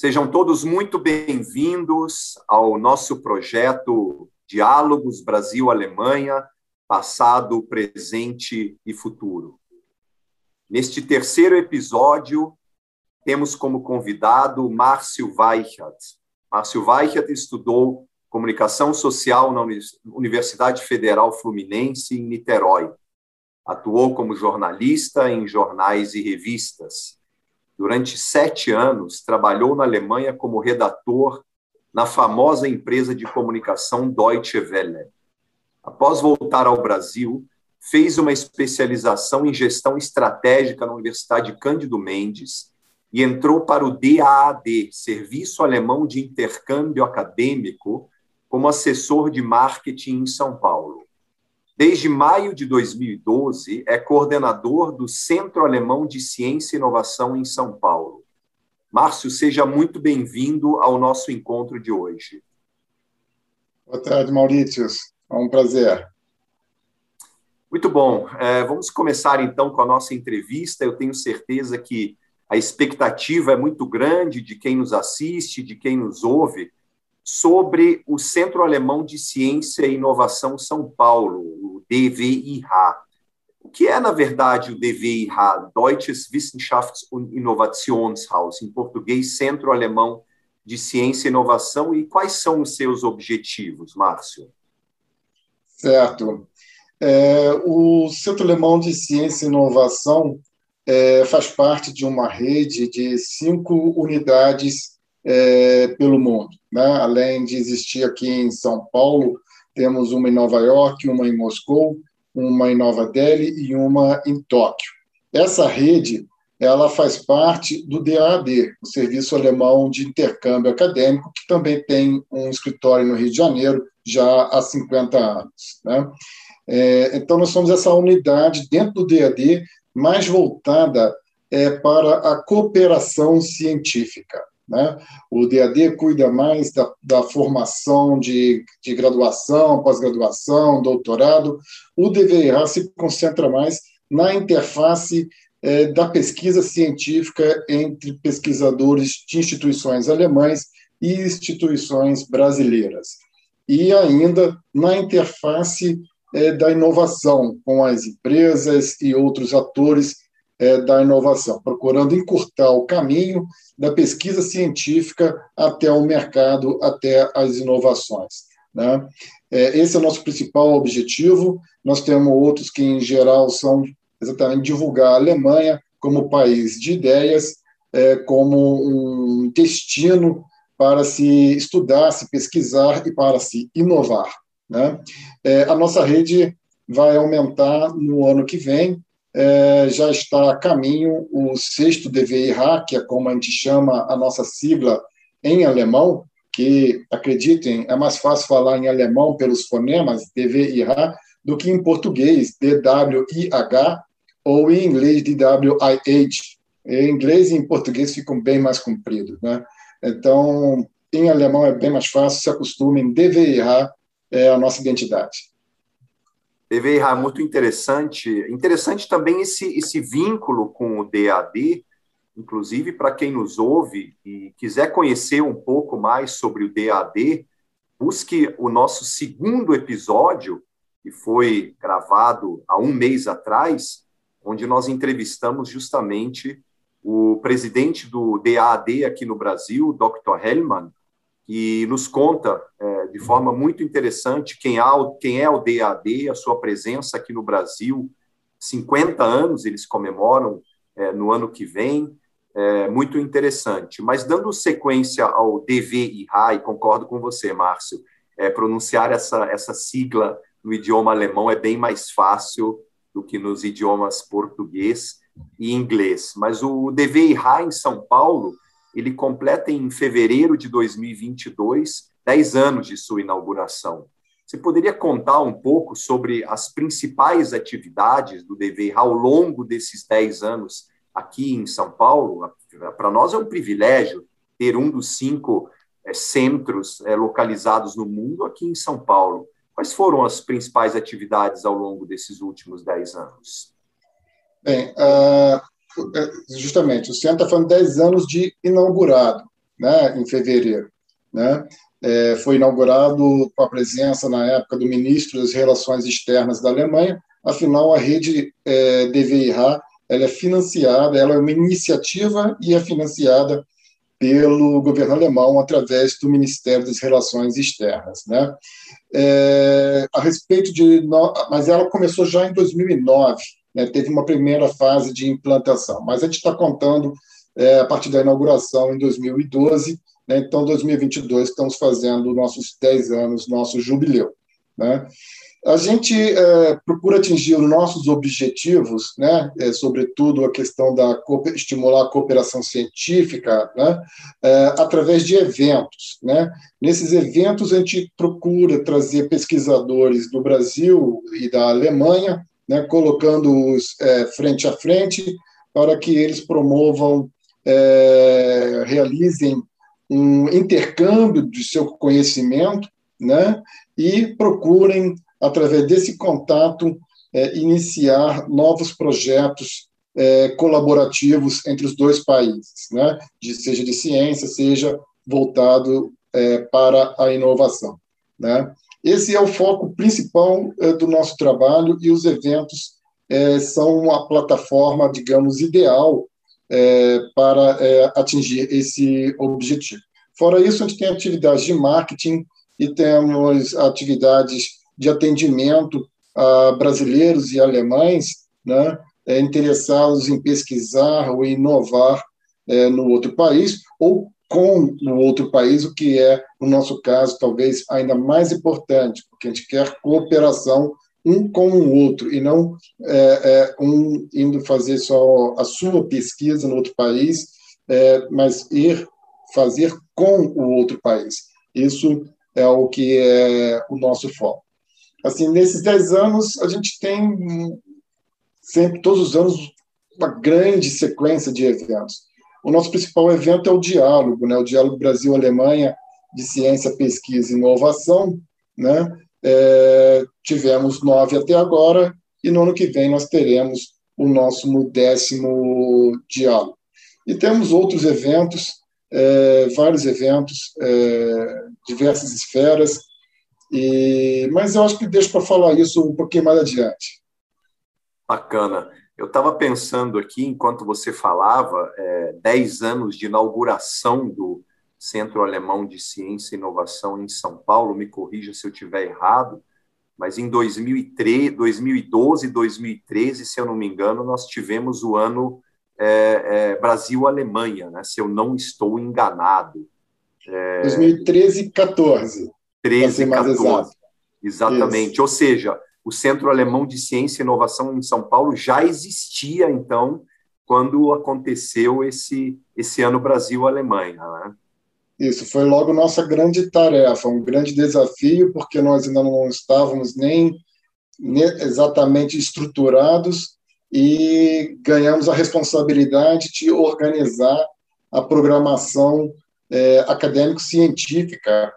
Sejam todos muito bem-vindos ao nosso projeto Diálogos Brasil-Alemanha, Passado, Presente e Futuro. Neste terceiro episódio, temos como convidado Márcio Weichert. Márcio Weichert estudou Comunicação Social na Universidade Federal Fluminense, em Niterói. Atuou como jornalista em jornais e revistas. Durante 7 anos, trabalhou na Alemanha como redator na famosa empresa de comunicação Deutsche Welle. Após voltar ao Brasil, fez uma especialização em gestão estratégica na Universidade Cândido Mendes e entrou para o DAAD, Serviço Alemão de Intercâmbio Acadêmico, como assessor de marketing em São Paulo. Desde maio de 2012, é coordenador do Centro Alemão de Ciência e Inovação em São Paulo. Márcio, seja muito bem-vindo ao nosso encontro de hoje. Boa tarde, Maurício. É um prazer. Muito bom. Vamos começar, então, com a nossa entrevista. Eu tenho certeza que a expectativa é muito grande de quem nos assiste, de quem nos ouve, sobre o Centro Alemão de Ciência e Inovação São Paulo, o DWIH. O que é, na verdade, o DWIH, Deutsches Wissenschafts- und Innovationshaus, em português, Centro Alemão de Ciência e Inovação, e quais são os seus objetivos, Márcio? Certo. O Centro Alemão de Ciência e Inovação faz parte de uma rede de 5 unidades pelo mundo, né? Além de existir aqui em São Paulo, temos uma em Nova York, uma em Moscou, uma em Nova Delhi e uma em Tóquio. Essa rede, ela faz parte do DAAD, o Serviço Alemão de Intercâmbio Acadêmico, que também tem um escritório no Rio de Janeiro já há 50 anos, né? Então, nós somos essa unidade dentro do DAAD mais voltada para a cooperação científica, né? O DAAD cuida mais da formação de graduação, pós-graduação, doutorado. O DWIH se concentra mais na interface da pesquisa científica entre pesquisadores de instituições alemães e instituições brasileiras. E ainda na interface da inovação com as empresas e outros atores da inovação, procurando encurtar o caminho da pesquisa científica até o mercado, até as inovações, né? Esse é o nosso principal objetivo. Nós temos outros que, em geral, são exatamente divulgar a Alemanha como país de ideias, como um destino para se estudar, se pesquisar e para se inovar, né? A nossa rede vai aumentar no ano que vem. Já está a caminho o 6º DWIH, que é como a gente chama a nossa sigla em alemão, que, acreditem, é mais fácil falar em alemão pelos fonemas, DWIH, do que em português, DWIH, ou em inglês, DWIH. Em inglês e em português ficam bem mais compridos, né? Então, em alemão é bem mais fácil, se acostumem, DWIH é a nossa identidade. DWIH, muito interessante. Interessante também esse vínculo com o DAAD, inclusive para quem nos ouve e quiser conhecer um pouco mais sobre o DAAD, busque o nosso 2º episódio, que foi gravado há 1 mês atrás, onde nós entrevistamos justamente o presidente do DAAD aqui no Brasil, Dr. Hellmann, que nos conta de forma muito interessante quem é o DAAD, a sua presença aqui no Brasil. 50 anos eles comemoram no ano que vem, muito interessante. Mas dando sequência ao DWIH, e concordo com você, Márcio, pronunciar essa sigla no idioma alemão é bem mais fácil do que nos idiomas português e inglês. Mas o DWIH em São Paulo, ele completa em fevereiro de 2022 10 anos de sua inauguração. Você poderia contar um pouco sobre as principais atividades do DWIH ao longo desses 10 anos aqui em São Paulo? Para nós é um privilégio ter um dos 5 centros localizados no mundo aqui em São Paulo. Quais foram as principais atividades ao longo desses últimos 10 anos? Bem, justamente, o centro está falando 10 anos de inaugurado, né, em fevereiro, né? Foi inaugurado com a presença, na época, do ministro das Relações Externas da Alemanha. Afinal, a rede DVIH ela é financiada, ela é uma iniciativa e é financiada pelo governo alemão através do Ministério das Relações Externas, né? A respeito mas ela começou já em 2009, né? Teve uma primeira fase de implantação, mas a gente está contando a partir da inauguração em 2012, né? Então, 2022 estamos fazendo nossos 10 anos, nosso jubileu, né? A gente procura atingir os nossos objetivos, né, sobretudo a questão da estimular a cooperação científica, né, através de eventos, né. Nesses eventos, a gente procura trazer pesquisadores do Brasil e da Alemanha, né, colocando-os frente a frente, para que eles promovam, realizem um intercâmbio de seu conhecimento, né, e procurem, através desse contato, iniciar novos projetos colaborativos entre os dois países, né? Seja de ciência, seja voltado para a inovação, né? Esse é o foco principal do nosso trabalho, e os eventos são uma plataforma, digamos, ideal para atingir esse objetivo. Fora isso, a gente tem atividades de marketing e temos atividades de atendimento a brasileiros e alemães, né, interessados em pesquisar ou inovar no outro país, ou com o outro país, o que é, no nosso caso, talvez ainda mais importante, porque a gente quer cooperação um com o outro, e não um indo fazer só a sua pesquisa no outro país, mas ir fazer com o outro país. Isso é o que é o nosso foco. Assim, nesses 10 anos, a gente tem sempre, todos os anos, uma grande sequência de eventos. O nosso principal evento é o Diálogo, né? O Diálogo Brasil-Alemanha de Ciência, Pesquisa e Inovação, né? Tivemos 9 até agora, e no ano que vem nós teremos o nosso 10º Diálogo. E temos outros eventos, vários eventos, diversas esferas, mas eu acho que deixo para falar isso um pouquinho mais adiante. Bacana. Eu estava pensando aqui, enquanto você falava, 10 anos de inauguração do Centro Alemão de Ciência e Inovação em São Paulo, me corrija se eu estiver errado, mas em 2012 e 2013, se eu não me engano, nós tivemos o ano Brasil-Alemanha, né, se eu não estou enganado. 2013 e 14. 13 e 14, exatamente. Isso. Ou seja, o Centro Alemão de Ciência e Inovação em São Paulo já existia, então, quando aconteceu esse ano Brasil-Alemanha, né? Isso, foi logo nossa grande tarefa, um grande desafio, porque nós ainda não estávamos nem exatamente estruturados, e ganhamos a responsabilidade de organizar a programação acadêmico-científica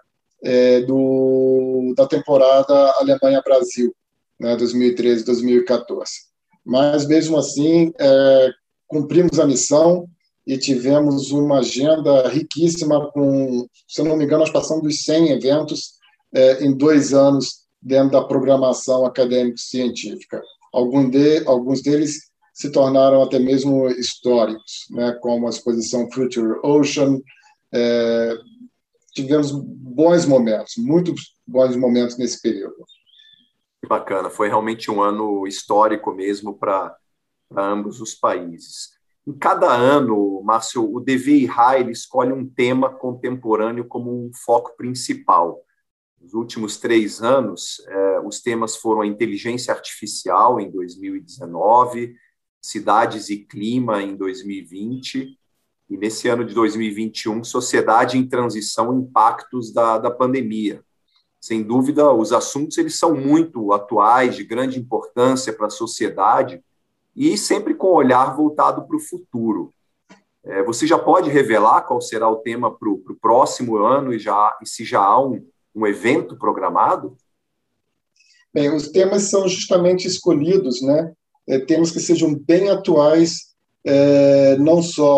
da temporada Alemanha-Brasil, né, 2013-2014. Mas, mesmo assim, cumprimos a missão e tivemos uma agenda riquíssima, se eu não me engano, nós passamos dos 100 eventos em 2 anos dentro da programação acadêmico-científica. Alguns deles se tornaram até mesmo históricos, né, como a exposição Future Ocean. Tivemos bons momentos, muitos bons momentos nesse período. Que bacana, foi realmente um ano histórico mesmo para ambos os países. Em cada ano, Márcio, o DVIH ele escolhe um tema contemporâneo como um foco principal. Nos últimos 3 anos, os temas foram a inteligência artificial em 2019, cidades e clima em 2020, e nesse ano de 2021, sociedade em transição, impactos da pandemia. Sem dúvida, os assuntos eles são muito atuais, de grande importância para a sociedade, e sempre com o olhar voltado para o futuro. Você já pode revelar qual será o tema para o próximo ano e se já há um evento programado? Bem, os temas são justamente escolhidos, né? Temas que sejam bem atuais, não só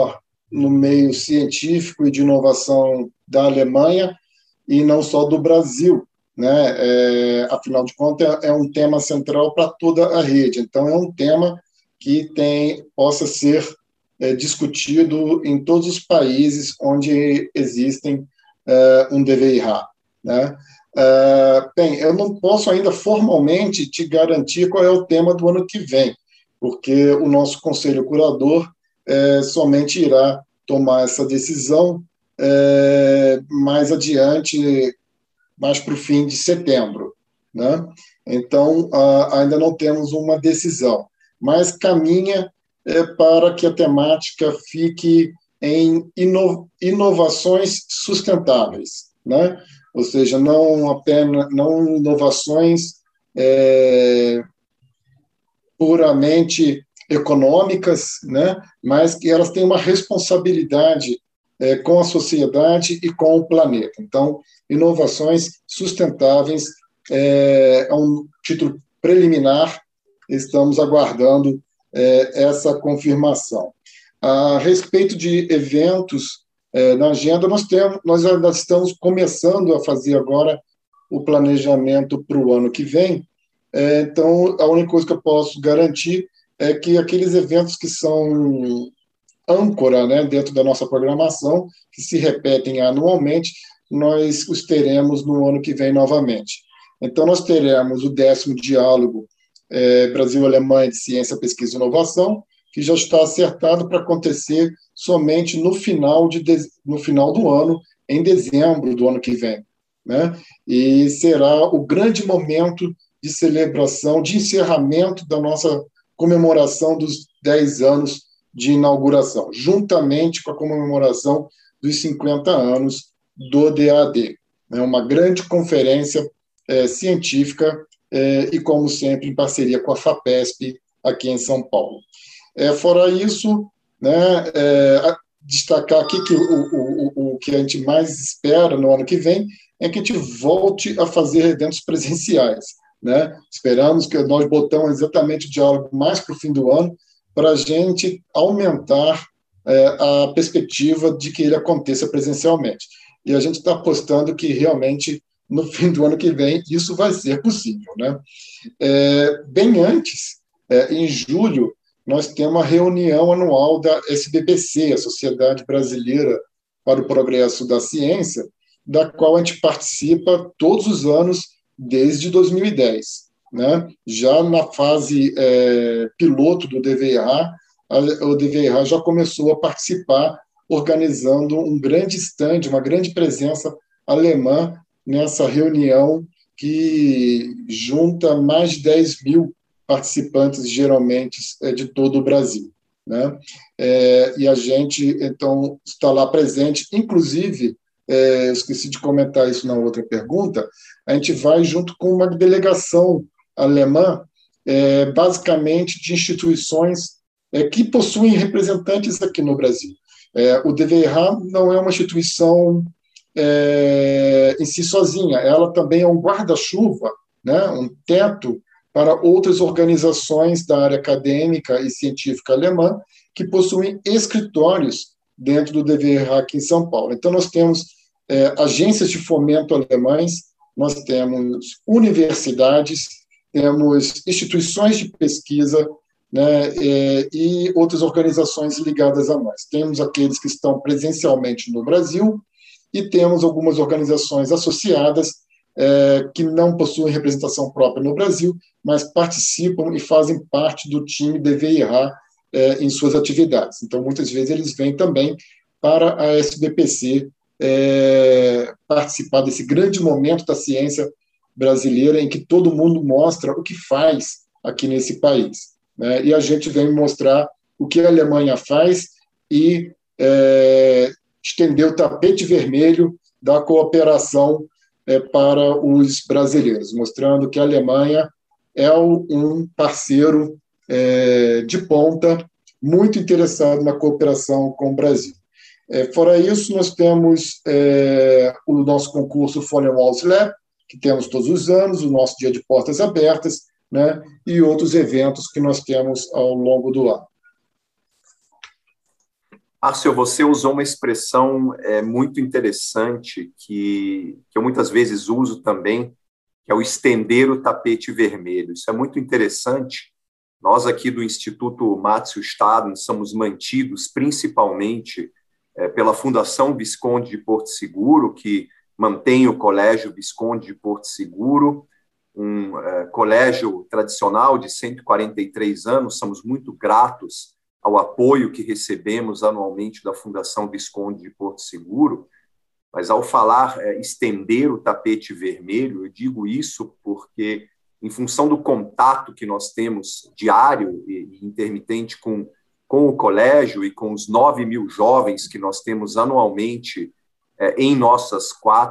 no meio científico e de inovação da Alemanha e não só do Brasil, né? Afinal de contas, é um tema central para toda a rede. Então, é um tema que possa ser discutido em todos os países onde existem um DVIH, né? Bem, eu não posso ainda formalmente te garantir qual é o tema do ano que vem, porque o nosso conselho curador somente irá tomar essa decisão mais adiante, mais para o fim de setembro, né? Então, ainda não temos uma decisão, mas caminha para que a temática fique em inovações sustentáveis, né? Ou seja, não inovações puramente econômicas, né? Mas que elas têm uma responsabilidade com a sociedade e com o planeta. Então, inovações sustentáveis é um título preliminar, estamos aguardando essa confirmação. A respeito de eventos na agenda, nós ainda estamos começando a fazer agora o planejamento para o ano que vem. Então, a única coisa que eu posso garantir é que aqueles eventos que são âncora, né, dentro da nossa programação, que se repetem anualmente, nós os teremos no ano que vem novamente. Então, nós teremos o 10º Diálogo Brasil-Alemanha de Ciência, Pesquisa e Inovação, que já está acertado para acontecer somente no final do ano, em dezembro do ano que vem, né? E será o grande momento de celebração, de encerramento da nossa comemoração dos 10 anos de inauguração, juntamente com a comemoração dos 50 anos do DAAD. É uma grande conferência científica e, como sempre, em parceria com a FAPESP, aqui em São Paulo. Fora isso, né, destacar aqui que o que a gente mais espera no ano que vem é que a gente volte a fazer eventos presenciais, né? Esperamos que nós botamos exatamente o diálogo mais para o fim do ano para a gente aumentar a perspectiva de que ele aconteça presencialmente. E a gente está apostando que realmente no fim do ano que vem isso vai ser possível, né? Bem antes, em julho, nós temos uma reunião anual da SBPC, a Sociedade Brasileira para o Progresso da Ciência, da qual a gente participa todos os anos desde 2010. Né? Já na fase piloto do DVIH, o DVIH já começou a participar, organizando um grande stand, uma grande presença alemã nessa reunião que junta mais de 10 mil participantes, geralmente, de todo o Brasil. Né? E a gente, então, está lá presente, inclusive, eu esqueci de comentar isso na outra pergunta, a gente vai junto com uma delegação alemã, basicamente de instituições que possuem representantes aqui no Brasil. O DVIH não é uma instituição em si sozinha, ela também é um guarda-chuva, né, um teto para outras organizações da área acadêmica e científica alemã que possuem escritórios dentro do DVIH aqui em São Paulo. Então, nós temos agências de fomento alemães, nós temos universidades, temos instituições de pesquisa, né, e outras organizações ligadas a nós. Temos aqueles que estão presencialmente no Brasil e temos algumas organizações associadas que não possuem representação própria no Brasil, mas participam e fazem parte do time DVIH em suas atividades. Então, muitas vezes, eles vêm também para a SBPC participar desse grande momento da ciência brasileira em que todo mundo mostra o que faz aqui nesse país. Né? E a gente vem mostrar o que a Alemanha faz e estender o tapete vermelho da cooperação para os brasileiros, mostrando que a Alemanha é um parceiro de ponta, muito interessado na cooperação com o Brasil. Fora isso, nós temos o nosso concurso Folha Walls Lab, que temos todos os anos, o nosso dia de portas abertas, né, e outros eventos que nós temos ao longo do ano. Márcio, você usou uma expressão muito interessante que eu muitas vezes uso também, que é o estender o tapete vermelho. Isso é muito interessante. Nós aqui do Instituto Márcio Staden somos mantidos principalmente pela Fundação Visconde de Porto Seguro, que mantém o Colégio Visconde de Porto Seguro, um colégio tradicional de 143 anos. Somos muito gratos ao apoio que recebemos anualmente da Fundação Visconde de Porto Seguro, mas ao falar estender o tapete vermelho, eu digo isso porque, em função do contato que nós temos diário e intermitente com o colégio e com os 9.000 jovens que nós temos anualmente em nossos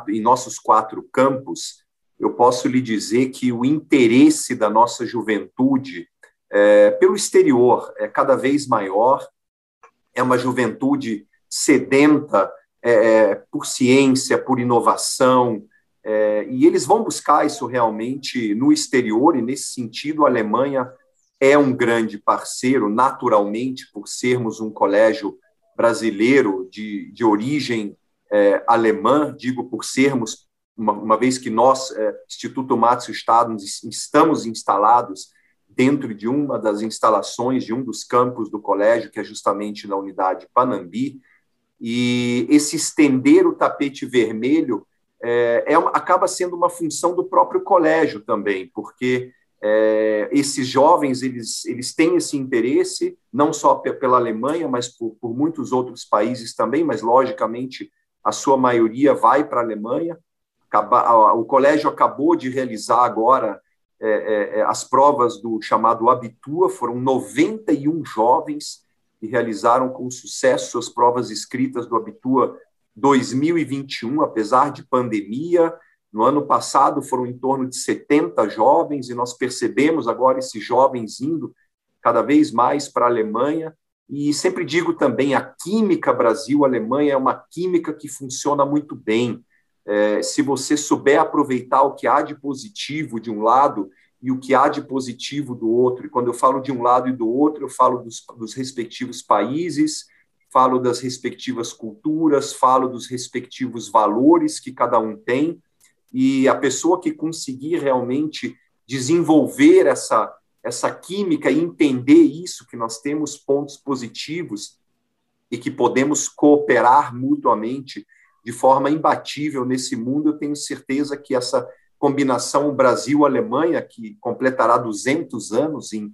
4 campos, eu posso lhe dizer que o interesse da nossa juventude pelo exterior é cada vez maior, é uma juventude sedenta por ciência, por inovação, e eles vão buscar isso realmente no exterior, e nesse sentido a Alemanha é um grande parceiro, naturalmente, por sermos um colégio brasileiro de origem alemã, digo por sermos, uma vez que nós, Instituto Márcio Staden, estamos instalados dentro de uma das instalações de um dos campos do colégio, que é justamente na unidade Panambi, e esse estender o tapete vermelho acaba sendo uma função do próprio colégio também, porque esses jovens eles têm esse interesse, não só pela Alemanha, mas por muitos outros países também, mas, logicamente, a sua maioria vai para a Alemanha. O colégio acabou de realizar agora as provas do chamado Abitur, foram 91 jovens que realizaram com sucesso as provas escritas do Abitur 2021, apesar de pandemia. No ano passado foram em torno de 70 jovens, e nós percebemos agora esses jovens indo cada vez mais para a Alemanha. E sempre digo também, a química Brasil-Alemanha é uma química que funciona muito bem. Se você souber aproveitar o que há de positivo de um lado e o que há de positivo do outro, e quando eu falo de um lado e do outro, eu falo dos respectivos países, falo das respectivas culturas, falo dos respectivos valores que cada um tem, e a pessoa que conseguir realmente desenvolver essa química e entender isso, que nós temos pontos positivos e que podemos cooperar mutuamente de forma imbatível nesse mundo, eu tenho certeza que essa combinação Brasil-Alemanha, que completará 200 anos em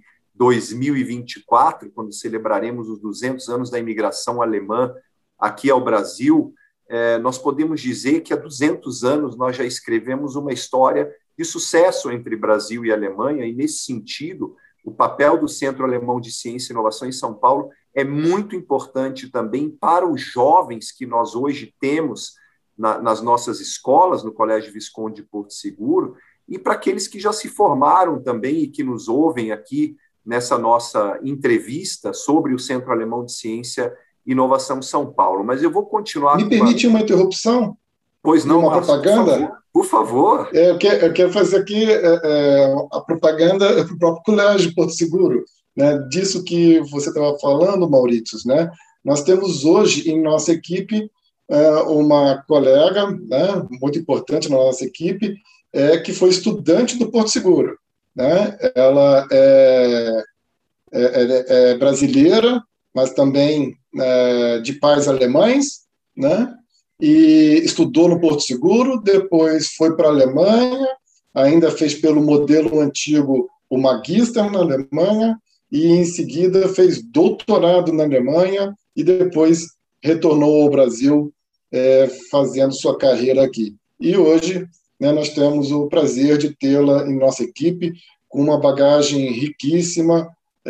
2024, quando celebraremos os 200 anos da imigração alemã aqui ao Brasil, nós podemos dizer que há 200 anos nós já escrevemos uma história de sucesso entre Brasil e Alemanha, e, nesse sentido, o papel do Centro Alemão de Ciência e Inovação em São Paulo é muito importante também para os jovens que nós hoje temos nas nossas escolas, no Colégio Visconde de Porto Seguro, e para aqueles que já se formaram também e que nos ouvem aqui nessa nossa entrevista sobre o Centro Alemão de Ciência e Inovação São Paulo. Mas eu vou continuar... Me permite uma interrupção? Pois não, uma Márcio, propaganda? Por favor. Eu quero fazer aqui a propaganda para o próprio Colégio de Porto Seguro, né, disso que você estava falando, Maurício, né? Nós temos hoje em nossa equipe uma colega, né, muito importante na nossa equipe, que foi estudante do Porto Seguro, né? Ela é brasileira, mas também de pais alemães, né? E estudou no Porto Seguro, depois foi para a Alemanha, ainda fez pelo modelo antigo o Magister na Alemanha, e em seguida fez doutorado na Alemanha e depois retornou ao Brasil fazendo sua carreira aqui. E hoje, né, nós temos o prazer de tê-la em nossa equipe, com uma bagagem riquíssima,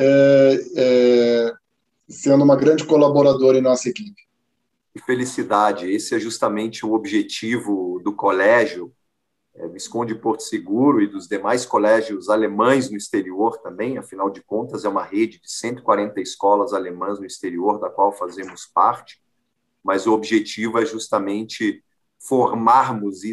sendo uma grande colaboradora em nossa equipe. Que felicidade! Esse é justamente o objetivo do colégio Visconde de Porto Seguro e dos demais colégios alemães no exterior também. Afinal de contas, é uma rede de 140 escolas alemãs no exterior, da qual fazemos parte, mas o objetivo é justamente formarmos e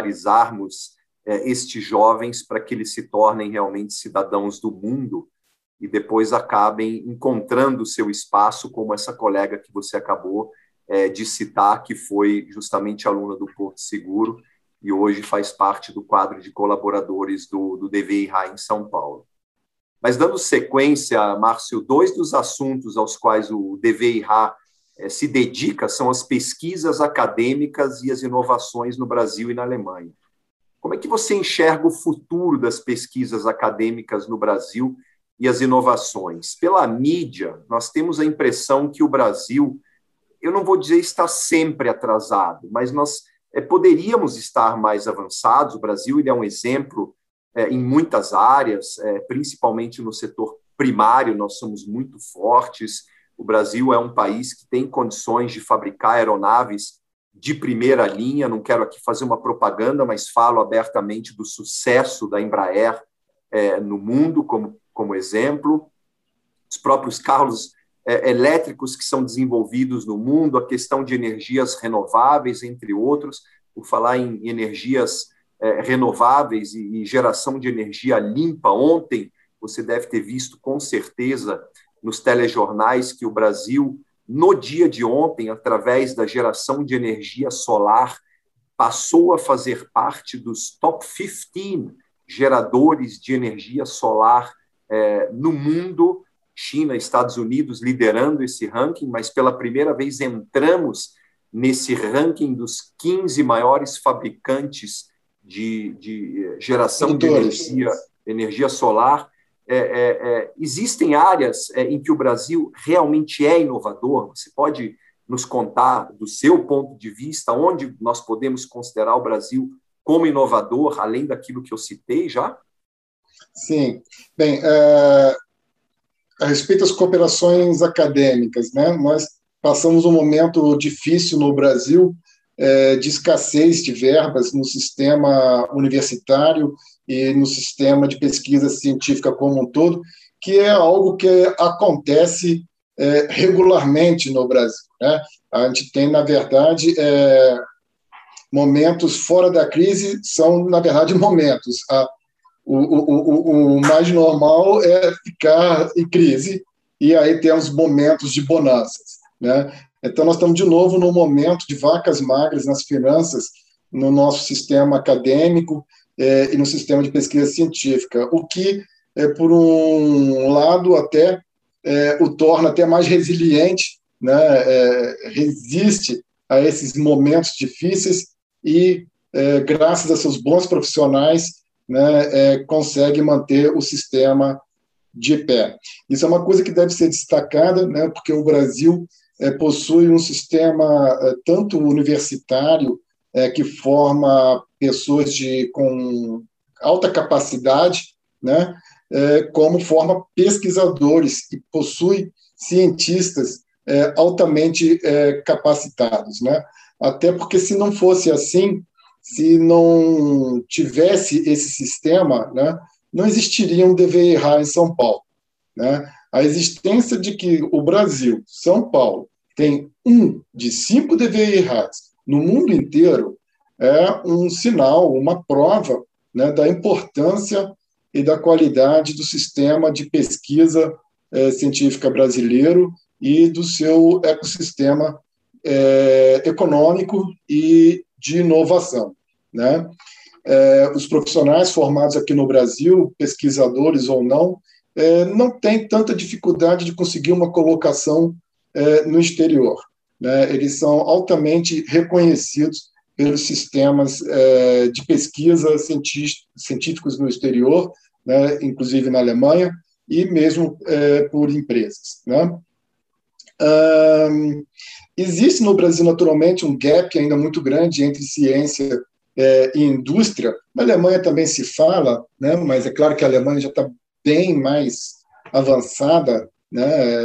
escolarizarmos estes jovens para que eles se tornem realmente cidadãos do mundo e depois acabem encontrando o seu espaço, como essa colega que você acabou de citar, que foi justamente aluna do Porto Seguro e hoje faz parte do quadro de colaboradores do DVIH em São Paulo. Mas, dando sequência, Márcio, dois dos assuntos aos quais o DVIH se dedica são as pesquisas acadêmicas e as inovações no Brasil e na Alemanha. Como é que você enxerga o futuro das pesquisas acadêmicas no Brasil e as inovações? Pela mídia, nós temos a impressão que o Brasil, eu não vou dizer está sempre atrasado, mas nós poderíamos estar mais avançados. O Brasil ele é um exemplo em muitas áreas, principalmente no setor primário, nós somos muito fortes. O Brasil é um país que tem condições de fabricar aeronaves de primeira linha. Não quero aqui fazer uma propaganda, mas falo abertamente do sucesso da Embraer no mundo, como exemplo. Os próprios carros elétricos que são desenvolvidos no mundo, a questão de energias renováveis, entre outros. Por falar em energias renováveis e geração de energia limpa, ontem você deve ter visto com certeza nos telejornais que o Brasil, no dia de ontem, através da geração de energia solar, passou a fazer parte dos top 15 geradores de energia solar no mundo. China, Estados Unidos liderando esse ranking, mas pela primeira vez entramos nesse ranking dos 15 maiores fabricantes de geração de energia solar. Existem áreas em que o Brasil realmente é inovador. Você pode nos contar, do seu ponto de vista, onde nós podemos considerar o Brasil como inovador, além daquilo que eu citei já? Sim. Bem, a respeito das cooperações acadêmicas, né? Nós passamos um momento difícil no Brasil de escassez de verbas no sistema universitário e no sistema de pesquisa científica como um todo, que é algo que acontece regularmente no Brasil, né? A gente tem, na verdade, momentos fora da crise, são, na verdade, momentos. O mais normal é ficar em crise, e aí temos momentos de bonanças, né? Então, nós estamos, de novo, num momento de vacas magras nas finanças, no nosso sistema acadêmico e no sistema de pesquisa científica, o que, por um lado, até o torna até mais resiliente, né? Resiste a esses momentos difíceis e, graças a seus bons profissionais, né, consegue manter o sistema de pé. Isso é uma coisa que deve ser destacada, né, porque o Brasil possui um sistema tanto universitário, que forma pessoas com alta capacidade, né, como forma pesquisadores e possui cientistas altamente capacitados, né? Até porque, se não fosse assim, se não tivesse esse sistema, né, não existiria um DVIH em São Paulo, né? A existência de que o Brasil, São Paulo, tem 1 de 5 DVIHs no mundo inteiro é um sinal, uma prova, né, da importância e da qualidade do sistema de pesquisa científica brasileiro e do seu ecossistema econômico e de inovação, né? Os profissionais formados aqui no Brasil, pesquisadores ou não têm tanta dificuldade de conseguir uma colocação no exterior, né? Eles são altamente reconhecidos pelos sistemas de pesquisa científicos no exterior, né? Inclusive na Alemanha, e mesmo por empresas, né? Existe no Brasil, naturalmente, um gap ainda muito grande entre ciência e indústria. Na Alemanha também se fala, né, mas é claro que a Alemanha já está bem mais avançada, né,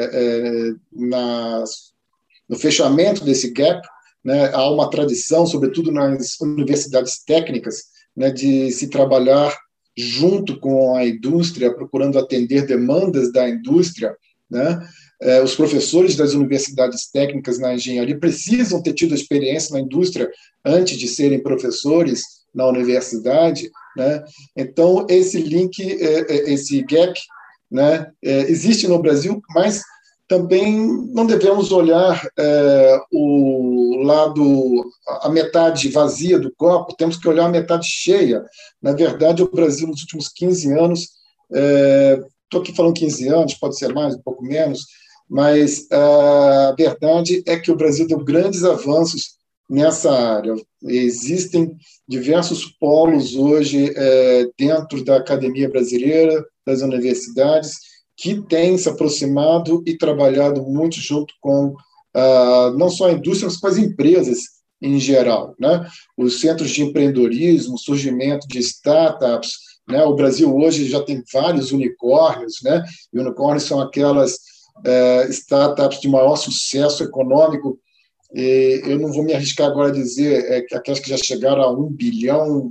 no fechamento desse gap, né. Há uma tradição, sobretudo nas universidades técnicas, né, de se trabalhar junto com a indústria, procurando atender demandas da indústria, né. Os professores das universidades técnicas na engenharia precisam ter tido experiência na indústria antes de serem professores na universidade, né? Então, esse link, esse gap, né, existe no Brasil, mas também não devemos olhar o lado, a metade vazia do copo, temos que olhar a metade cheia. Na verdade, o Brasil, nos últimos 15 anos, estou aqui falando 15 anos, pode ser mais, um pouco menos, mas a verdade é que o Brasil deu grandes avanços nessa área. Existem diversos polos hoje dentro da academia brasileira, das universidades, que têm se aproximado e trabalhado muito junto com não só a indústria, mas com as empresas em geral, né? Os centros de empreendedorismo, o surgimento de startups, né? O Brasil hoje já tem vários unicórnios, né? E unicórnios são aquelas startups de maior sucesso econômico. E eu não vou me arriscar agora a dizer aquelas que já chegaram a $1 bilhão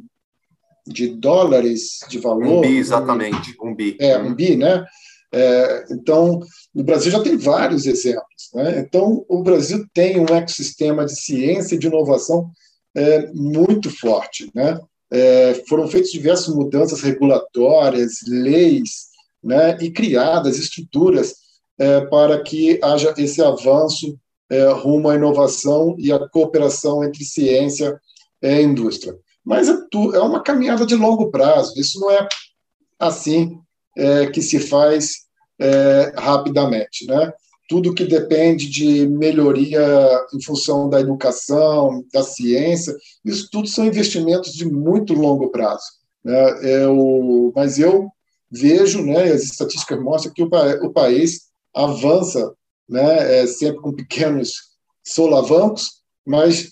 de valor. Um bi, exatamente, um bi. Um bi, né? Então, no Brasil já tem vários exemplos, né? Então, o Brasil tem um ecossistema de ciência e de inovação muito forte, né? Foram feitas diversas mudanças regulatórias, leis, né? E criadas estruturas para que haja esse avanço rumo à inovação e à cooperação entre ciência e indústria. Mas é uma caminhada de longo prazo, isso não é assim que se faz rapidamente, né? Tudo que depende de melhoria em função da educação, da ciência, isso tudo são investimentos de muito longo prazo, né? Mas eu vejo, né, as estatísticas mostram que o país avança, né, sempre com pequenos solavancos, mas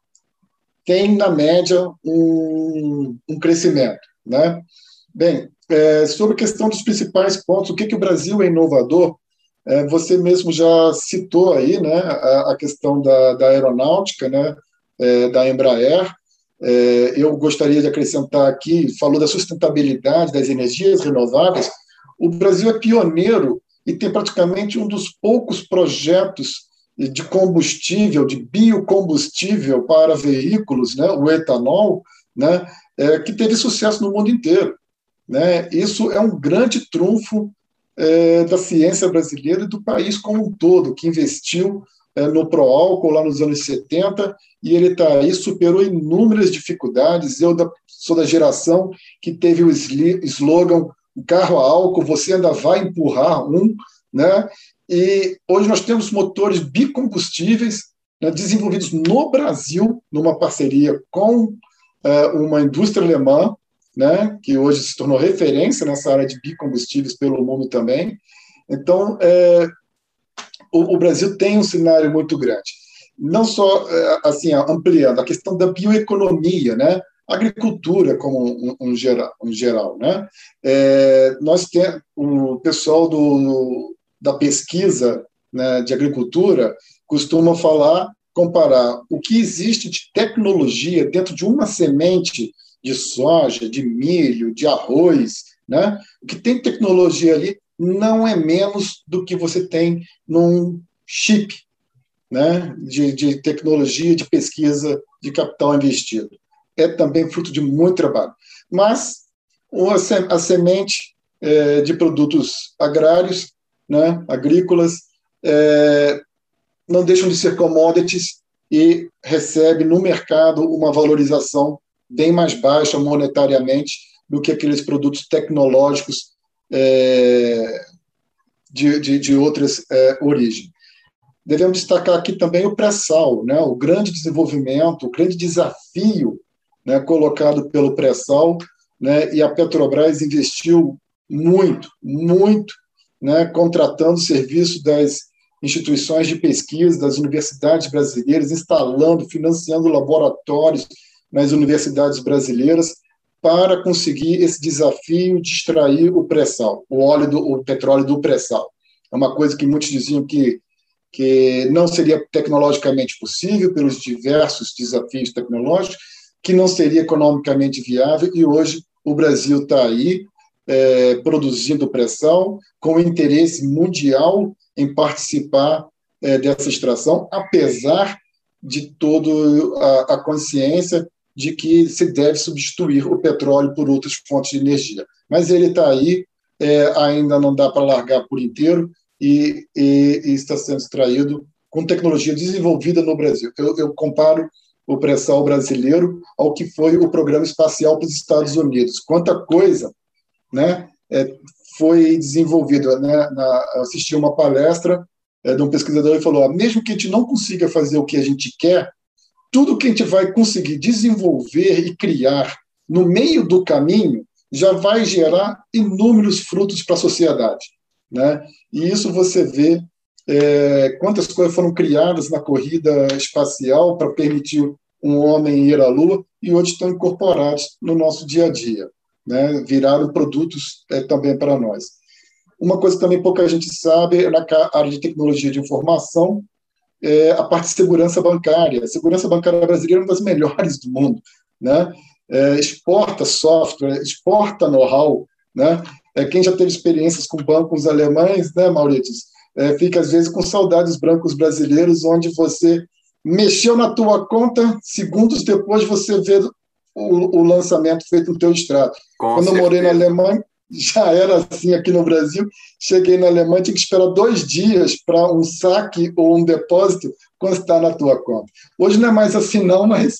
tem, na média, um crescimento, né? Bem, sobre a questão dos principais pontos, o que o Brasil é inovador, você mesmo já citou aí, né, a questão da aeronáutica, né, da Embraer. Eu gostaria de acrescentar aqui, falou da sustentabilidade das energias renováveis. O Brasil é pioneiro e tem praticamente um dos poucos projetos de combustível, de biocombustível para veículos, né, o etanol, né, que teve sucesso no mundo inteiro, né? Isso é um grande trunfo da ciência brasileira e do país como um todo, que investiu no pró-álcool lá nos anos 70, e ele está aí, superou inúmeras dificuldades. Eu sou da geração que teve o slogan, o carro a álcool, você ainda vai empurrar um, né? E hoje nós temos motores bicombustíveis, né, desenvolvidos no Brasil, numa parceria com uma indústria alemã, né, que hoje se tornou referência nessa área de bicombustíveis pelo mundo também. Então, o Brasil tem um cenário muito grande. Não só assim, ampliando a questão da bioeconomia, né, agricultura como um geral, né? Nós temos o pessoal da pesquisa, né, de agricultura costuma comparar o que existe de tecnologia dentro de uma semente de soja, de milho, de arroz, né? O que tem tecnologia ali não é menos do que você tem num chip, né? de tecnologia, de pesquisa, de capital investido. É também fruto de muito trabalho. Mas a semente de produtos agrários, né, agrícolas, não deixam de ser commodities e recebe no mercado uma valorização bem mais baixa monetariamente do que aqueles produtos tecnológicos de outras origens. Devemos destacar aqui também o pré-sal, né, o grande desenvolvimento, o grande desafio, né, colocado pelo pré-sal, né, e a Petrobras investiu muito, né, contratando serviço das instituições de pesquisa, das universidades brasileiras, instalando, financiando laboratórios nas universidades brasileiras para conseguir esse desafio de extrair o pré-sal, o petróleo do pré-sal. É uma coisa que muitos diziam que não seria tecnologicamente possível pelos diversos desafios tecnológicos, que não seria economicamente viável, e hoje o Brasil está aí produzindo pré-sal com interesse mundial em participar dessa extração, apesar de toda a consciência de que se deve substituir o petróleo por outras fontes de energia. Mas ele está aí ainda não dá para largar por inteiro e está sendo extraído com tecnologia desenvolvida no Brasil. Eu comparo o pré-sal brasileiro ao que foi o programa espacial para os Estados Unidos. Quanta coisa, né, foi desenvolvida. Né, assisti uma palestra de um pesquisador e falou: mesmo que a gente não consiga fazer o que a gente quer, tudo que a gente vai conseguir desenvolver e criar no meio do caminho já vai gerar inúmeros frutos para a sociedade. Né? E isso você vê quantas coisas foram criadas na corrida espacial para permitir um homem ir à Lua e hoje estão incorporados no nosso dia a dia, né? Viraram produtos também para nós. Uma coisa que também pouca gente sabe, na área de tecnologia de informação, a parte de segurança bancária. A segurança bancária brasileira é uma das melhores do mundo, né? Exporta software, exporta know-how, né? Quem já teve experiências com bancos alemães, né, Maurício, fica às vezes com saudades dos bancos brasileiros, onde você mexeu na tua conta, segundos depois você vê o lançamento feito no teu extrato. Quando eu morei na Alemanha, já era assim aqui no Brasil. Cheguei na Alemanha, tinha que esperar 2 dias para um saque ou um depósito constar na tua conta. Hoje não é mais assim não, mas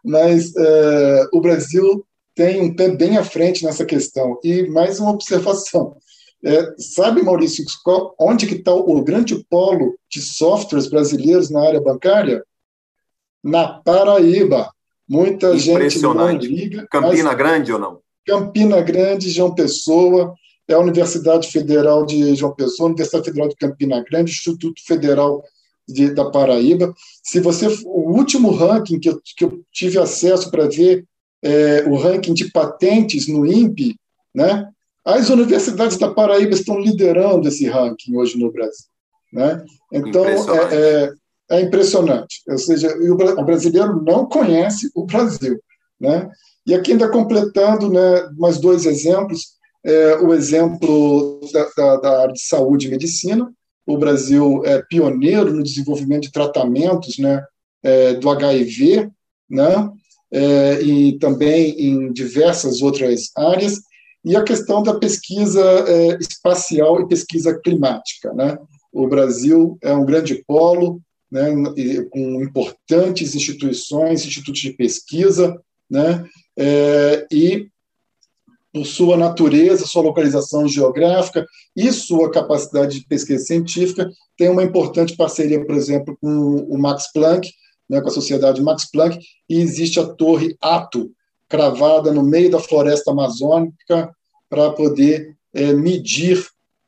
o Brasil tem um pé bem à frente nessa questão. E mais uma observação. Sabe, Maurício, onde que está o grande polo de softwares brasileiros na área bancária? Na Paraíba. Muita gente não liga. Campina Grande ou não? Campina Grande, João Pessoa, a Universidade Federal de João Pessoa, Universidade Federal de Campina Grande, Instituto Federal da Paraíba. O último ranking que eu tive acesso para ver, o ranking de patentes no INPE, né? As universidades da Paraíba estão liderando esse ranking hoje no Brasil, né? Então, é impressionante. Ou seja, o brasileiro não conhece o Brasil, né? E aqui ainda completando, né, mais 2 exemplos, o exemplo da área de saúde e medicina. O Brasil é pioneiro no desenvolvimento de tratamentos, né, do HIV, né, e também em diversas outras áreas, e a questão da pesquisa espacial e pesquisa climática. Né? O Brasil é um grande polo, né, com importantes instituições, institutos de pesquisa, né, e por sua natureza, sua localização geográfica e sua capacidade de pesquisa científica, tem uma importante parceria, por exemplo, com o Max Planck, né, com a Sociedade Max Planck, e existe a Torre Ato, cravada no meio da floresta amazônica, para poder medir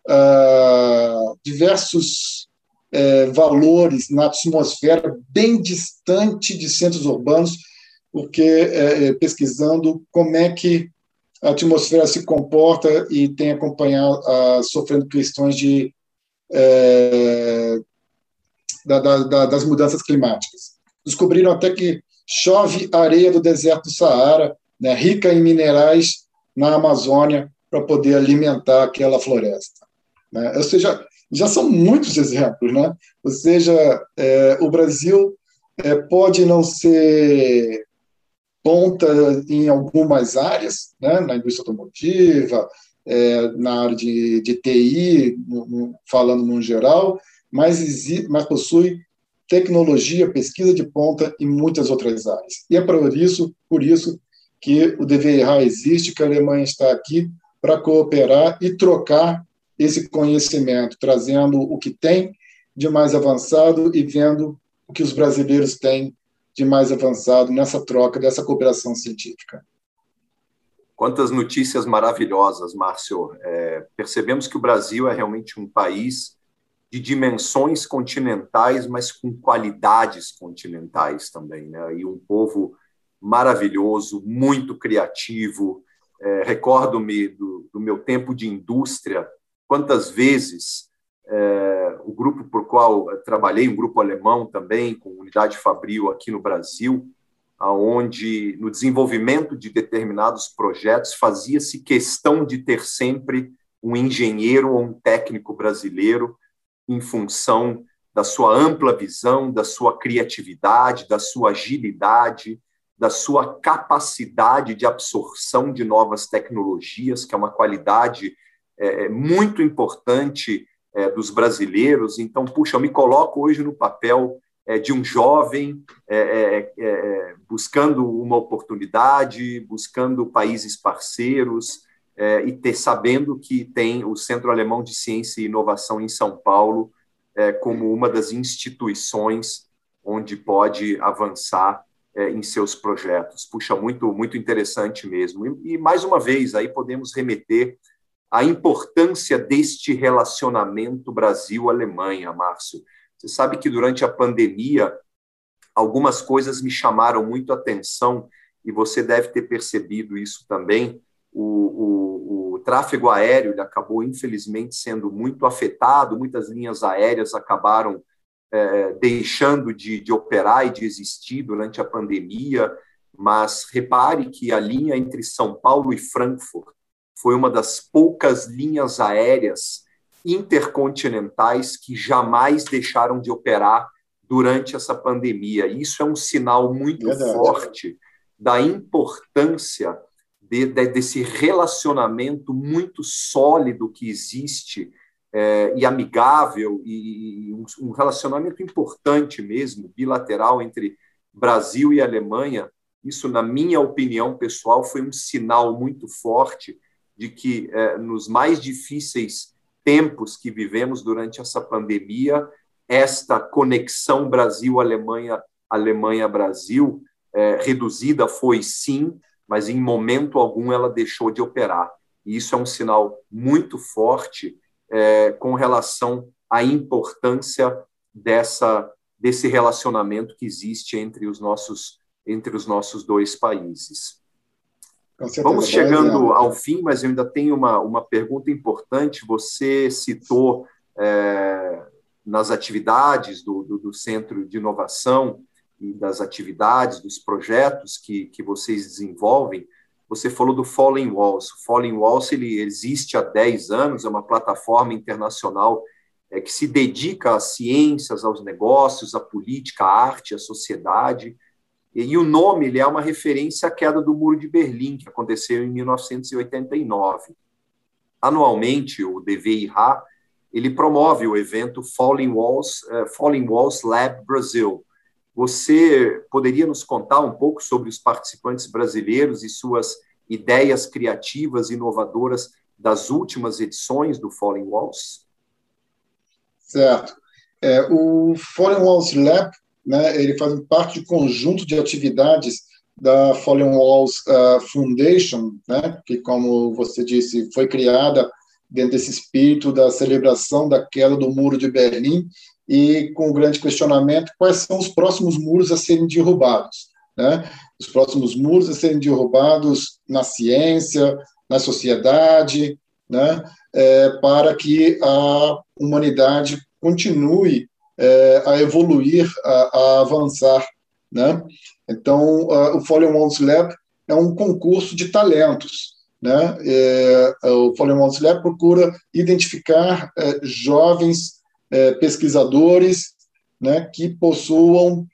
diversos valores na atmosfera, bem distante de centros urbanos, porque pesquisando como é que a atmosfera se comporta e tem acompanhado, sofrendo questões das mudanças climáticas. Descobriram até que chove areia do deserto do Saara, né, rica em minerais na Amazônia, para poder alimentar aquela floresta. Né? Ou seja, já são muitos exemplos. Né? Ou seja, o Brasil pode não ser ponta em algumas áreas, né, na indústria automotiva, na área de TI, falando no geral, mas possui tecnologia, pesquisa de ponta em muitas outras áreas. E é por isso que o Dever Errar existe, que a Alemanha está aqui para cooperar e trocar esse conhecimento, trazendo o que tem de mais avançado e vendo o que os brasileiros têm de mais avançado nessa troca, dessa cooperação científica. Quantas notícias maravilhosas, Márcio. Percebemos que o Brasil é realmente um país de dimensões continentais, mas com qualidades continentais também, né? E um povo maravilhoso, muito criativo. Recordo-me do meu tempo de indústria, quantas vezes o grupo por qual trabalhei, um grupo alemão também, com unidade fabril aqui no Brasil, onde no desenvolvimento de determinados projetos fazia-se questão de ter sempre um engenheiro ou um técnico brasileiro em função da sua ampla visão, da sua criatividade, da sua agilidade, da sua capacidade de absorção de novas tecnologias, que é uma qualidade muito importante dos brasileiros. Então, puxa, eu me coloco hoje no papel de um jovem buscando uma oportunidade, buscando países parceiros, e sabendo que tem o Centro Alemão de Ciência e Inovação em São Paulo como uma das instituições onde pode avançar em seus projetos. Puxa, muito, muito interessante mesmo. E, mais uma vez, aí podemos remeter à importância deste relacionamento Brasil-Alemanha, Márcio. Você sabe que durante a pandemia, algumas coisas me chamaram muito a atenção, e você deve ter percebido isso também. O tráfego aéreo ele acabou, infelizmente, sendo muito afetado, muitas linhas aéreas acabaram deixando de operar e de existir durante a pandemia, mas repare que a linha entre São Paulo e Frankfurt foi uma das poucas linhas aéreas intercontinentais que jamais deixaram de operar durante essa pandemia. Isso é um sinal muito forte da importância desse relacionamento muito sólido que existe e amigável, e um relacionamento importante mesmo, bilateral, entre Brasil e Alemanha. Isso, na minha opinião pessoal, foi um sinal muito forte de que, nos mais difíceis tempos que vivemos durante essa pandemia, esta conexão Brasil-Alemanha, Alemanha-Brasil, reduzida foi sim, mas em momento algum ela deixou de operar. E isso é um sinal muito forte com relação à importância desse relacionamento que existe entre os nossos dois países. Vamos chegando ao fim, mas eu ainda tenho uma pergunta importante. Você citou nas atividades do Centro de Inovação e das atividades, dos projetos que vocês desenvolvem, você falou do Falling Walls. O Falling Walls ele existe há 10 anos, é uma plataforma internacional que se dedica às ciências, aos negócios, à política, à arte, à sociedade. E o nome ele é uma referência à queda do Muro de Berlim, que aconteceu em 1989. Anualmente, o DVIH ele promove o evento Falling Walls Lab Brasil. Você poderia nos contar um pouco sobre os participantes brasileiros e suas ideias criativas e inovadoras das últimas edições do Falling Walls? Certo. O Falling Walls Lab, né, ele faz parte de conjunto de atividades da Falling Walls Foundation, né, que, como você disse, foi criada dentro desse espírito da celebração da queda do Muro de Berlim, e com o grande questionamento, quais são os próximos muros a serem derrubados, né? Os próximos muros a serem derrubados na ciência, na sociedade, né? Para que a humanidade continue a evoluir, a avançar, né? Então, o Falling Walls Lab é um concurso de talentos, né? O Falling Walls Lab procura identificar jovens pesquisadores, né, que possuam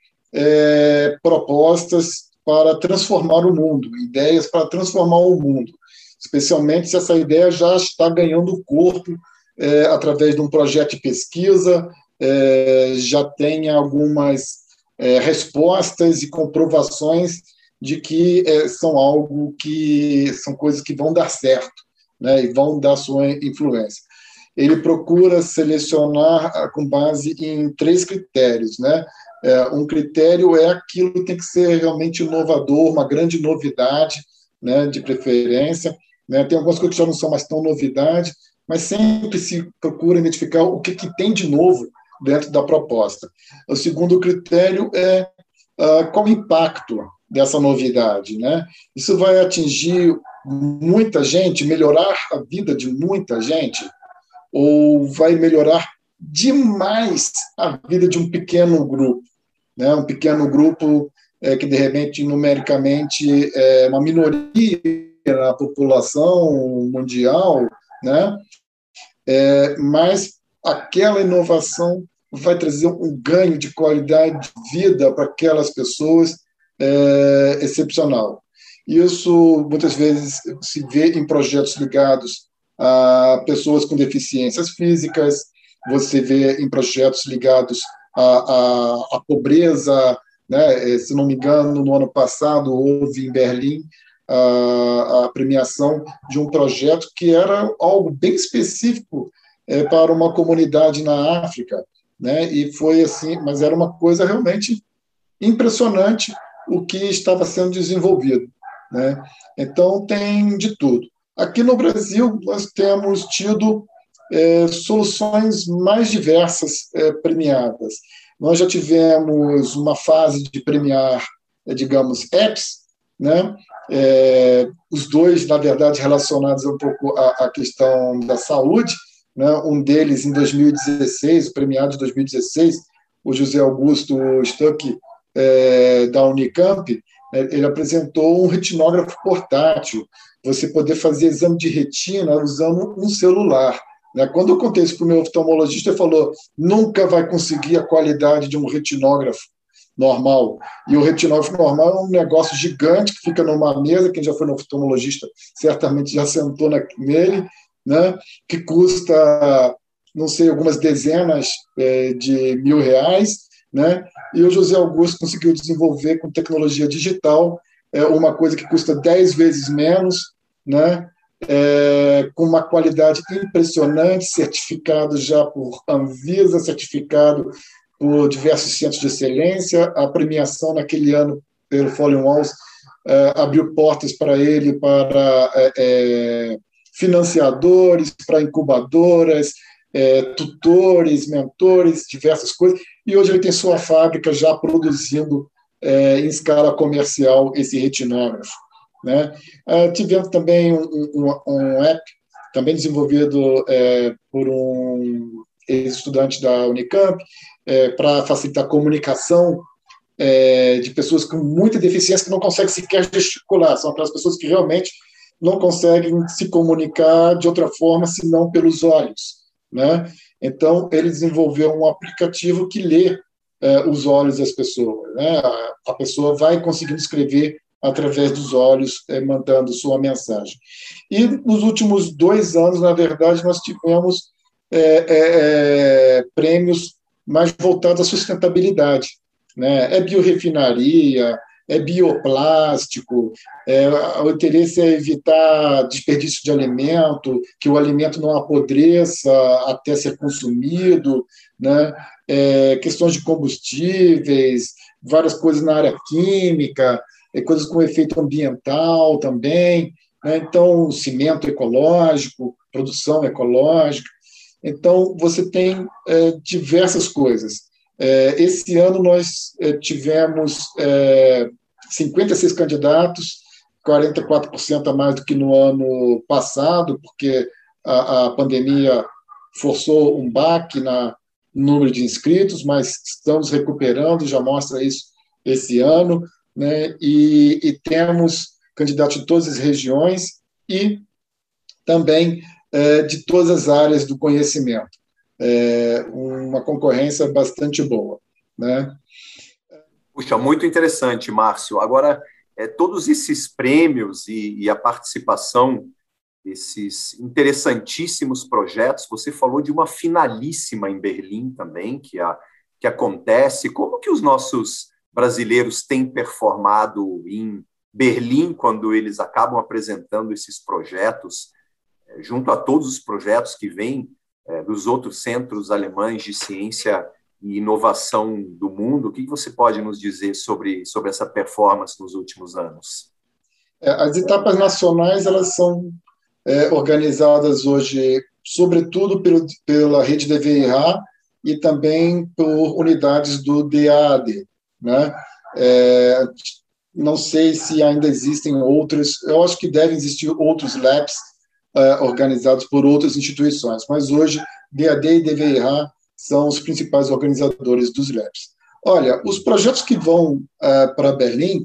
propostas para transformar o mundo, ideias para transformar o mundo, especialmente se essa ideia já está ganhando corpo através de um projeto de pesquisa, já tem algumas respostas e comprovações de que são coisas que vão dar certo, né, e vão dar sua influência. Ele procura selecionar com base em 3 critérios, né? Um critério é aquilo que tem que ser realmente inovador, uma grande novidade, né, de preferência, né? Tem algumas coisas que já não são mais tão novidade, mas sempre se procura identificar o que tem de novo dentro da proposta. O segundo critério é qual o impacto dessa novidade, né? Isso vai atingir muita gente, melhorar a vida de muita gente, ou vai melhorar demais a vida de um pequeno grupo, né? Um pequeno grupo que, de repente, numericamente é uma minoria na população mundial, né? Mas aquela inovação vai trazer um ganho de qualidade de vida para aquelas pessoas excepcional. Isso, muitas vezes, se vê em projetos ligados a pessoas com deficiências físicas, você vê em projetos ligados à pobreza, né? Se não me engano, no ano passado houve em Berlim a premiação de um projeto que era algo bem específico para uma comunidade na África, né? E foi assim, mas era uma coisa realmente impressionante o que estava sendo desenvolvido, né? Então tem de tudo. Aqui no Brasil nós temos tido soluções mais diversas premiadas. Nós já tivemos uma fase de premiar, digamos, apps, né? Os dois, na verdade, relacionados um pouco à questão da saúde, né? Um deles em 2016, o premiado de 2016, o José Augusto Stuck, da Unicamp, ele apresentou um retinógrafo portátil, você poder fazer exame de retina usando um celular. Quando eu contei isso para o meu oftalmologista, ele falou: nunca vai conseguir a qualidade de um retinógrafo normal. E o retinógrafo normal é um negócio gigante que fica numa mesa, quem já foi no oftalmologista certamente já sentou nele, né? Que custa, não sei, algumas dezenas de R$ 1.000, né? E o José Augusto conseguiu desenvolver com tecnologia digital uma coisa que custa 10 vezes menos, né? Com uma qualidade impressionante, certificado já por Anvisa, certificado por diversos centros de excelência. A premiação naquele ano pelo Fallen Walls abriu portas para ele, para financiadores, para incubadoras, tutores, mentores, diversas coisas. E hoje ele tem sua fábrica já produzindo em escala comercial esse retinógrafo, né? Tivemos também um app, também desenvolvido por um ex-estudante da Unicamp, para facilitar a comunicação de pessoas com muita deficiência que não conseguem sequer gesticular, são aquelas pessoas que realmente não conseguem se comunicar de outra forma senão pelos olhos, né? Então, ele desenvolveu um aplicativo que lê os olhos das pessoas, né? A pessoa vai conseguindo escrever através dos olhos, mandando sua mensagem. E nos últimos 2 anos, na verdade, nós tivemos prêmios mais voltados à sustentabilidade, né? Biorefinaria, bioplástico, o interesse é evitar desperdício de alimento, que o alimento não apodreça até ser consumido, né? Questões de combustíveis, várias coisas na área química, coisas com efeito ambiental também, né? Então, cimento ecológico, produção ecológica. Então, você tem diversas coisas. Esse ano nós tivemos 56 candidatos, 44% a mais do que no ano passado, porque a pandemia forçou um baque no número de inscritos, mas estamos recuperando, já mostra isso esse ano, né? E temos candidatos de todas as regiões e também de todas as áreas do conhecimento. Uma concorrência bastante boa, né? Puxa, muito interessante, Márcio. Agora, todos esses prêmios e a participação desses interessantíssimos projetos, você falou de uma finalíssima em Berlim também, que acontece. Como que os nossos brasileiros têm performado em Berlim quando eles acabam apresentando esses projetos, junto a todos os projetos que vêm dos outros centros alemães de ciência e inovação do mundo? O que você pode nos dizer sobre essa performance nos últimos anos? As etapas nacionais, elas são organizadas hoje, sobretudo pela rede DVIH e também por unidades do DAAD, né? Não sei se ainda existem outros, eu acho que devem existir outros labs organizados por outras instituições, mas hoje DAD e DVIH são os principais organizadores dos labs. Olha, os projetos que vão para Berlim,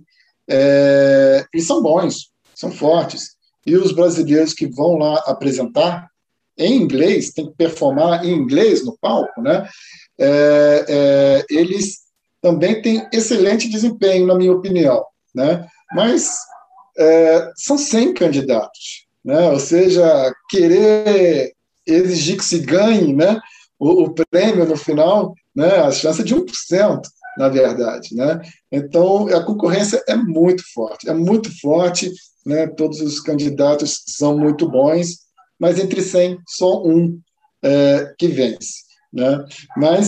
eles são bons, são fortes, e os brasileiros que vão lá apresentar em inglês, tem que performar em inglês no palco, né? Eles também têm excelente desempenho, na minha opinião, né? Mas são 100 candidatos, né? Ou seja, querer exigir que se ganhe, né, o prêmio no final, né, a chance é de 1%, na verdade, né? Então, a concorrência é muito forte, né? Todos os candidatos são muito bons, mas entre 100, só um que vence, né? Mas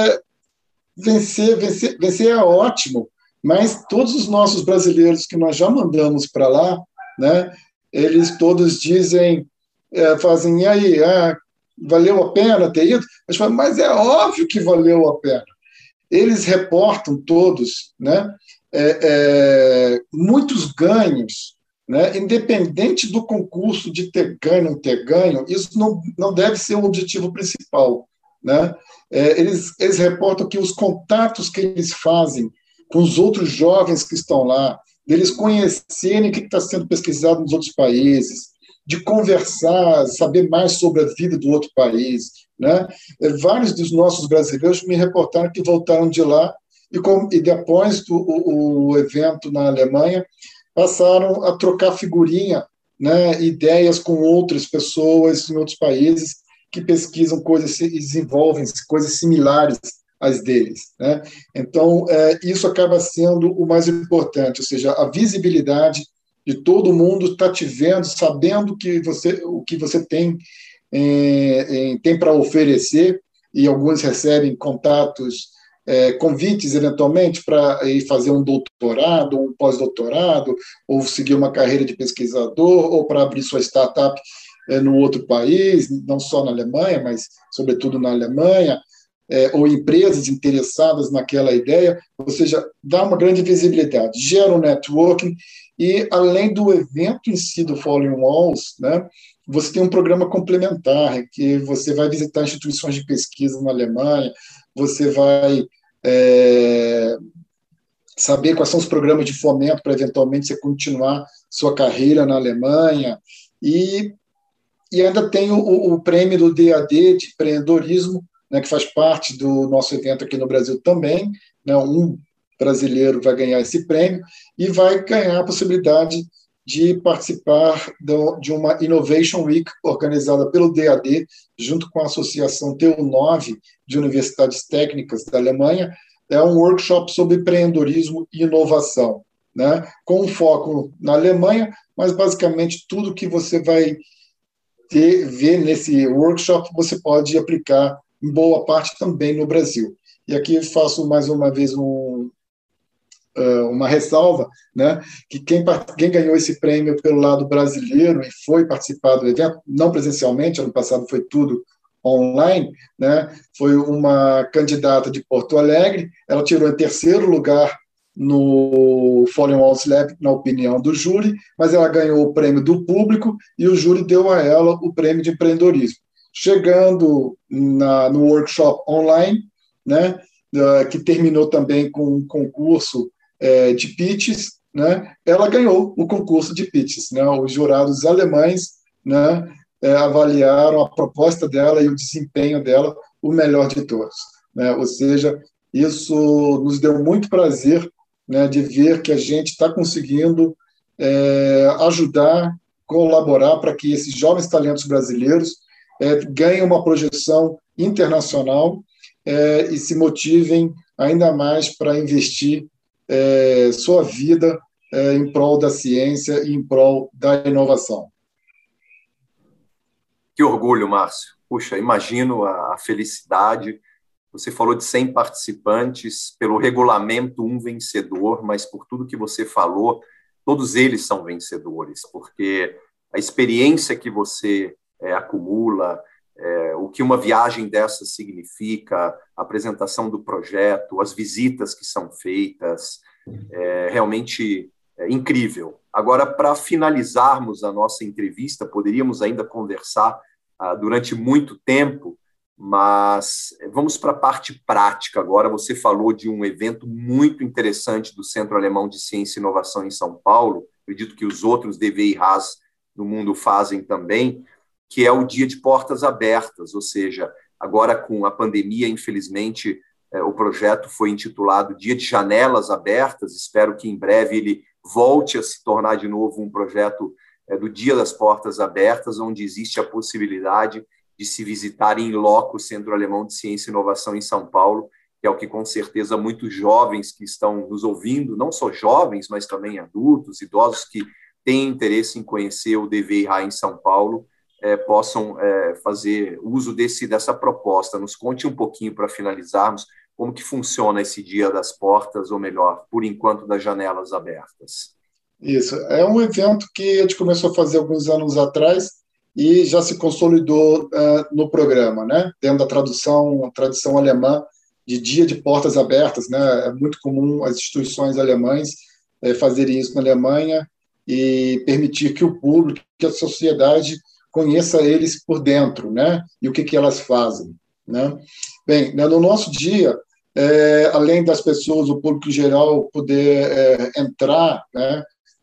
vencer é ótimo, mas todos os nossos brasileiros que nós já mandamos para lá, né, eles todos dizem, fazem, e aí, valeu a pena ter ido? Eles falam, mas é óbvio que valeu a pena. Eles reportam todos, né, muitos ganhos, né, independente do concurso de ter ganho ou não ter ganho, isso não deve ser o objetivo principal, né? Eles reportam que os contatos que eles fazem com os outros jovens que estão lá, deles conhecerem o que está sendo pesquisado nos outros países, de conversar, saber mais sobre a vida do outro país, né? Vários dos nossos brasileiros me reportaram que voltaram de lá e depois o evento na Alemanha, passaram a trocar figurinha, né, ideias com outras pessoas em outros países que pesquisam coisas e desenvolvem coisas similares às deles, né? Então, isso acaba sendo o mais importante, ou seja, a visibilidade de todo mundo está te vendo, sabendo o que você tem para oferecer, e alguns recebem contatos, convites eventualmente para ir fazer um doutorado, um pós-doutorado, ou seguir uma carreira de pesquisador, ou para abrir sua startup no outro país, não só na Alemanha, mas sobretudo na Alemanha, ou empresas interessadas naquela ideia, ou seja, dá uma grande visibilidade, gera um networking, e além do evento em si do Falling Walls, né, você tem um programa complementar, que você vai visitar instituições de pesquisa na Alemanha, você vai saber quais são os programas de fomento para eventualmente você continuar sua carreira na Alemanha, e ainda tem o prêmio do DAD de empreendedorismo, né, que faz parte do nosso evento aqui no Brasil também, né, um brasileiro vai ganhar esse prêmio e vai ganhar a possibilidade de participar de uma Innovation Week organizada pelo DAD, junto com a Associação TU9 de Universidades Técnicas da Alemanha. É um workshop sobre empreendedorismo e inovação, né, com um foco na Alemanha, mas basicamente tudo que você vai ver nesse workshop você pode aplicar em boa parte também no Brasil. E aqui faço mais uma vez uma ressalva, né, que quem ganhou esse prêmio pelo lado brasileiro e foi participar do evento, não presencialmente, ano passado foi tudo online, né, foi uma candidata de Porto Alegre, ela tirou em terceiro lugar no Falling Walls Lab, na opinião do júri, mas ela ganhou o prêmio do público e o júri deu a ela o prêmio de empreendedorismo. Chegando no workshop online, né, que terminou também com um concurso de pitches, né, ela ganhou o concurso de pitches, né, os jurados alemães, né, avaliaram a proposta dela e o desempenho dela o melhor de todos, né, ou seja, isso nos deu muito prazer, né, de ver que a gente está conseguindo ajudar, colaborar para que esses jovens talentos brasileiros ganhem uma projeção internacional e se motivem ainda mais para investir sua vida em prol da ciência e em prol da inovação. Que orgulho, Márcio. Puxa, imagino a felicidade. Você falou de 100 participantes, pelo regulamento, um vencedor, mas por tudo que você falou, todos eles são vencedores, porque a experiência que você acumula, o que uma viagem dessa significa, a apresentação do projeto, as visitas que são feitas, realmente incrível. Agora, para finalizarmos a nossa entrevista, poderíamos ainda conversar durante muito tempo, mas vamos para a parte prática agora. Você falou de um evento muito interessante do Centro Alemão de Ciência e Inovação em São Paulo, acredito que os outros DVI-RAS no mundo fazem também, que é o Dia de Portas Abertas, ou seja, agora com a pandemia, infelizmente, o projeto foi intitulado Dia de Janelas Abertas, espero que em breve ele volte a se tornar de novo um projeto do Dia das Portas Abertas, onde existe a possibilidade de se visitar em loco o Centro Alemão de Ciência e Inovação em São Paulo, que é o que, com certeza, muitos jovens que estão nos ouvindo, não só jovens, mas também adultos, idosos que têm interesse em conhecer o DVIH em São Paulo, possam fazer uso dessa proposta. Nos conte um pouquinho, para finalizarmos, como que funciona esse Dia das Portas, ou melhor, por enquanto, das Janelas Abertas. Isso, é um evento que a gente começou a fazer alguns anos atrás e já se consolidou no programa, né? Dentro da tradição alemã de Dia de Portas Abertas, né? É muito comum as instituições alemãs fazerem isso na Alemanha e permitir que o público, que a sociedade conheça eles por dentro, né? E o que elas fazem, né? Bem, no nosso dia, além das pessoas, o público em geral poder entrar, né?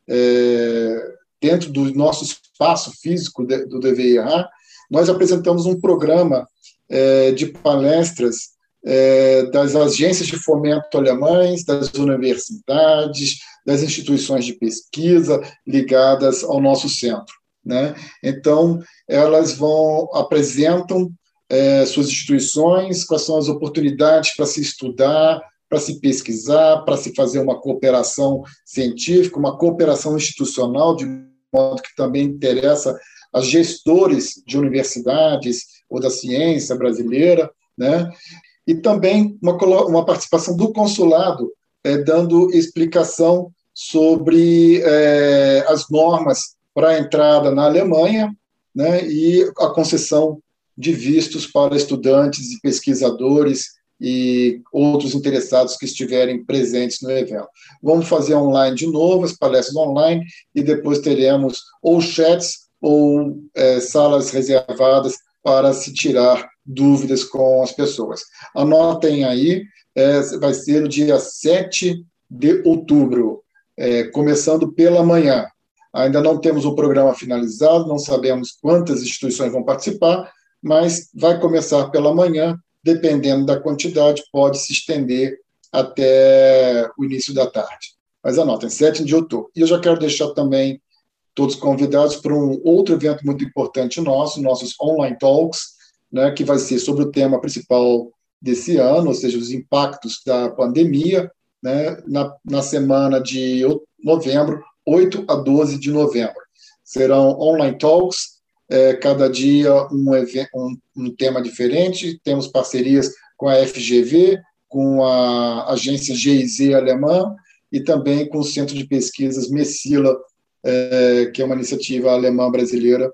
Dentro do nosso espaço físico do DVIH, nós apresentamos um programa de palestras das agências de fomento alemães, das universidades, das instituições de pesquisa ligadas ao nosso centro, né? Então, elas apresentam suas instituições, quais são as oportunidades para se estudar, para se pesquisar, para se fazer uma cooperação científica, uma cooperação institucional, de modo que também interessa a gestores de universidades ou da ciência brasileira, né? E também uma participação do consulado, dando explicação sobre as normas para a entrada na Alemanha, né? E a concessão de vistos para estudantes e pesquisadores e outros interessados que estiverem presentes no evento. Vamos fazer online de novo, as palestras online, e depois teremos ou chats ou salas reservadas para se tirar dúvidas com as pessoas. Anotem aí, vai ser no dia 7 de outubro, começando pela manhã. Ainda não temos o programa finalizado, não sabemos quantas instituições vão participar, mas vai começar pela manhã, dependendo da quantidade, pode se estender até o início da tarde. Mas anotem, 7 de outubro. E eu já quero deixar também todos convidados para um outro evento muito importante nosso, nossos Online Talks, né, que vai ser sobre o tema principal desse ano, ou seja, os impactos da pandemia, né, na semana de novembro, 8 a 12 de novembro. Serão Online Talks, cada dia um tema diferente. Temos parcerias com a FGV, com a agência GIZ alemã e também com o Centro de Pesquisas Messila, que é uma iniciativa alemã brasileira,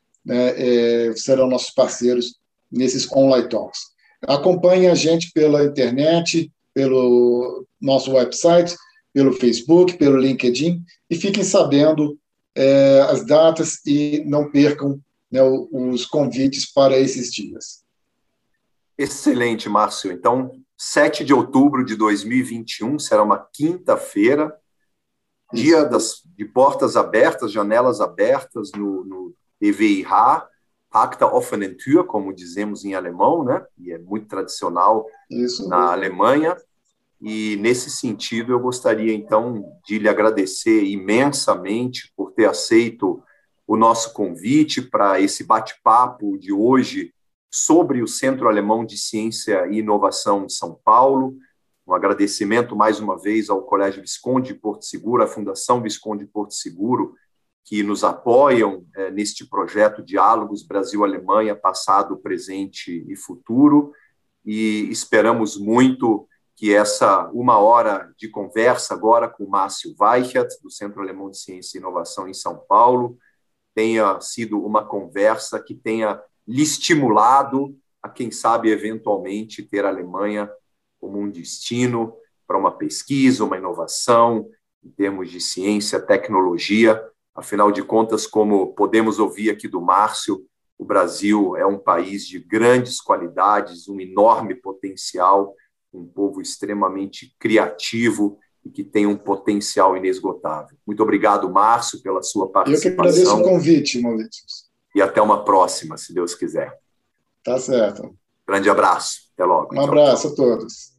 né? Serão nossos parceiros nesses online talks. Acompanhe a gente pela internet, pelo nosso website, pelo Facebook, pelo LinkedIn, e fiquem sabendo as datas e não percam, né, os convites para esses dias. Excelente, Márcio. Então, 7 de outubro de 2021 será uma quinta-feira, dia de portas abertas, janelas abertas no DVIH, Tag der offenen Tür, como dizemos em alemão, né? E é muito tradicional na Alemanha. E, nesse sentido, eu gostaria, então, de lhe agradecer imensamente por ter aceito o nosso convite para esse bate-papo de hoje sobre o Centro Alemão de Ciência e Inovação de São Paulo. Um agradecimento, mais uma vez, ao Colégio Visconde de Porto Seguro, à Fundação Visconde de Porto Seguro, que nos apoiam neste projeto Diálogos Brasil-Alemanha, passado, presente e futuro. E esperamos muito que essa uma hora de conversa agora com o Márcio Weichert, do Centro Alemão de Ciência e Inovação em São Paulo, tenha sido uma conversa que tenha lhe estimulado a, quem sabe, eventualmente, ter a Alemanha como um destino para uma pesquisa, uma inovação, em termos de ciência, tecnologia. Afinal de contas, como podemos ouvir aqui do Márcio, o Brasil é um país de grandes qualidades, um enorme potencial, um povo extremamente criativo e que tem um potencial inesgotável. Muito obrigado, Márcio, pela sua participação. Eu que agradeço o convite, Maurício. E até uma próxima, se Deus quiser. Tá certo. Grande abraço. Até logo. Um abraço a todos.